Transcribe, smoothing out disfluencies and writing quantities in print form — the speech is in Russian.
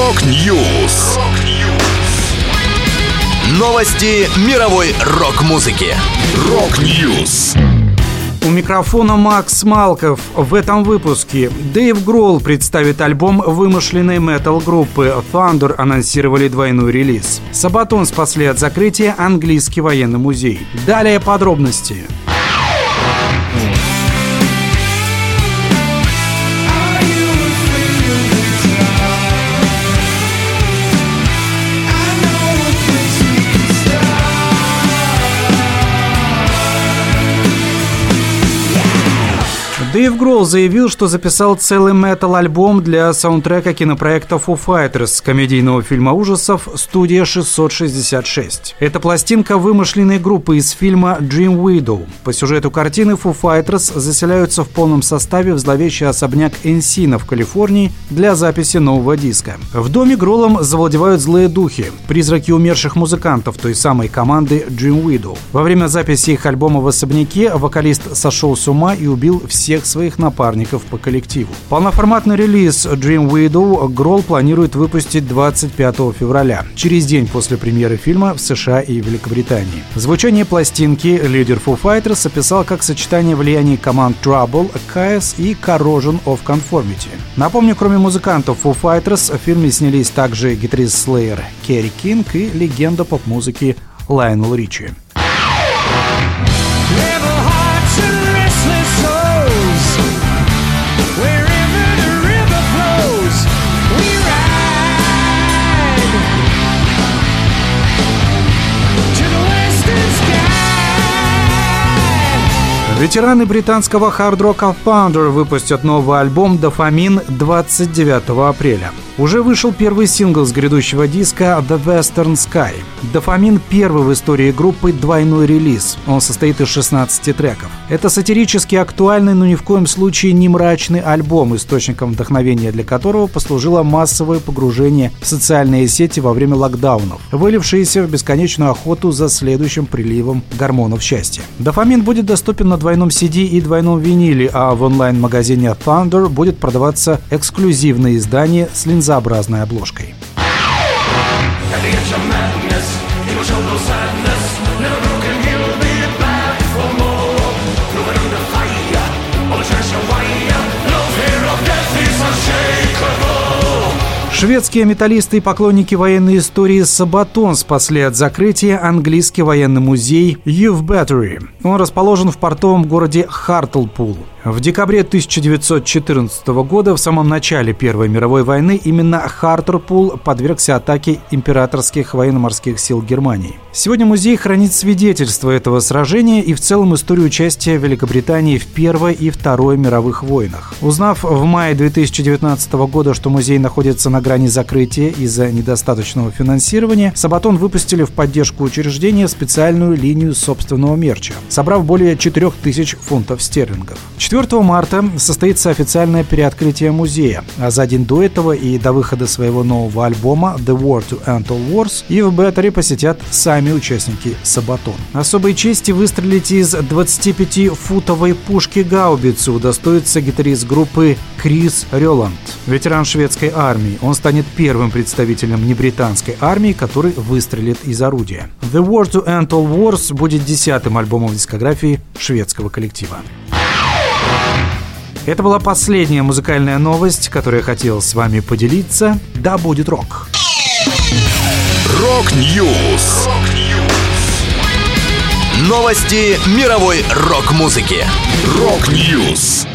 Рок-Ньюс. Новости мировой рок-музыки. Рок-Ньюс. У микрофона Макс Малков. В этом выпуске Дэйв Гролл представит альбом вымышленной метал-группы. Thunder анонсировали двойной релиз. Сабатон спасли от закрытия английский военный музей. Далее подробности. Дэйв Гролл заявил, что записал целый метал-альбом для саундтрека кинопроекта Foo Fighters, комедийного фильма ужасов «Студия 666». Это пластинка вымышленной группы из фильма Dream Widow. По сюжету картины Foo Fighters заселяются в полном составе в зловещий особняк Энсино в Калифорнии для записи нового диска. В доме Гроллом завладевают злые духи, призраки умерших музыкантов той самой команды Dream Widow. Во время записи их альбома в особняке вокалист сошел с ума и убил всех своих напарников по коллективу. Полноформатный релиз Dream Widow Гролл планирует выпустить 25 февраля, через день после премьеры фильма в США и Великобритании. Звучание пластинки лидер Foo Fighters описал как сочетание влияний команд Trouble, Chaos и Corrosion of Conformity. Напомню, кроме музыкантов Foo Fighters, в фильме снялись также гитарист Slayer Керри Кинг и легенда поп-музыки Лайонел Ричи. Ветераны британского хард-рока Thunder выпустят новый альбом «Дофамин» 29 апреля. Уже вышел первый сингл с грядущего диска «The Western Sky». «Дофамин» — первый в истории группы двойной релиз. Он состоит из 16 треков. Это сатирически актуальный, но ни в коем случае не мрачный альбом, источником вдохновения для которого послужило массовое погружение в социальные сети во время локдаунов, вылившееся в бесконечную охоту за следующим приливом гормонов счастья. «Дофамин» будет доступен на двойном CD и двойном виниле, а в онлайн-магазине Thunder будет продаваться эксклюзивное издание с линзообразной обложкой. Шведские металлисты и поклонники военной истории Сабатон спасли от закрытия английский военный музей Youth Battery. Он расположен в портовом городе Хартелпул. В декабре 1914 года, в самом начале Первой мировой войны, именно Хартелпул подвергся атаке императорских военно-морских сил Германии. Сегодня музей хранит свидетельства этого сражения и в целом историю участия Великобритании в Первой и Второй мировых войнах. Узнав в мае 2019 года, что музей находится на грани закрытия из-за недостаточного финансирования, Сабатон выпустили в поддержку учреждения специальную линию собственного мерча, собрав более 4000 фунтов стерлингов. 4 марта состоится официальное переоткрытие музея, а за день до этого и до выхода своего нового альбома The War to End All Wars Youth Battery посетят сами участники Сабатон. Особой чести выстрелить из 25-футовой пушки гаубицы удостоится гитарист группы Крис Роланд, ветеран шведской армии. Он станет первым представителем небританской армии, который выстрелит из орудия. The War to End All Wars будет 10-м альбомом в дискографии шведского коллектива. Это была последняя музыкальная новость, которую я хотел с вами поделиться. Да будет рок! Рок-Ньюс. Новости мировой рок-музыки. Рок-Ньюс.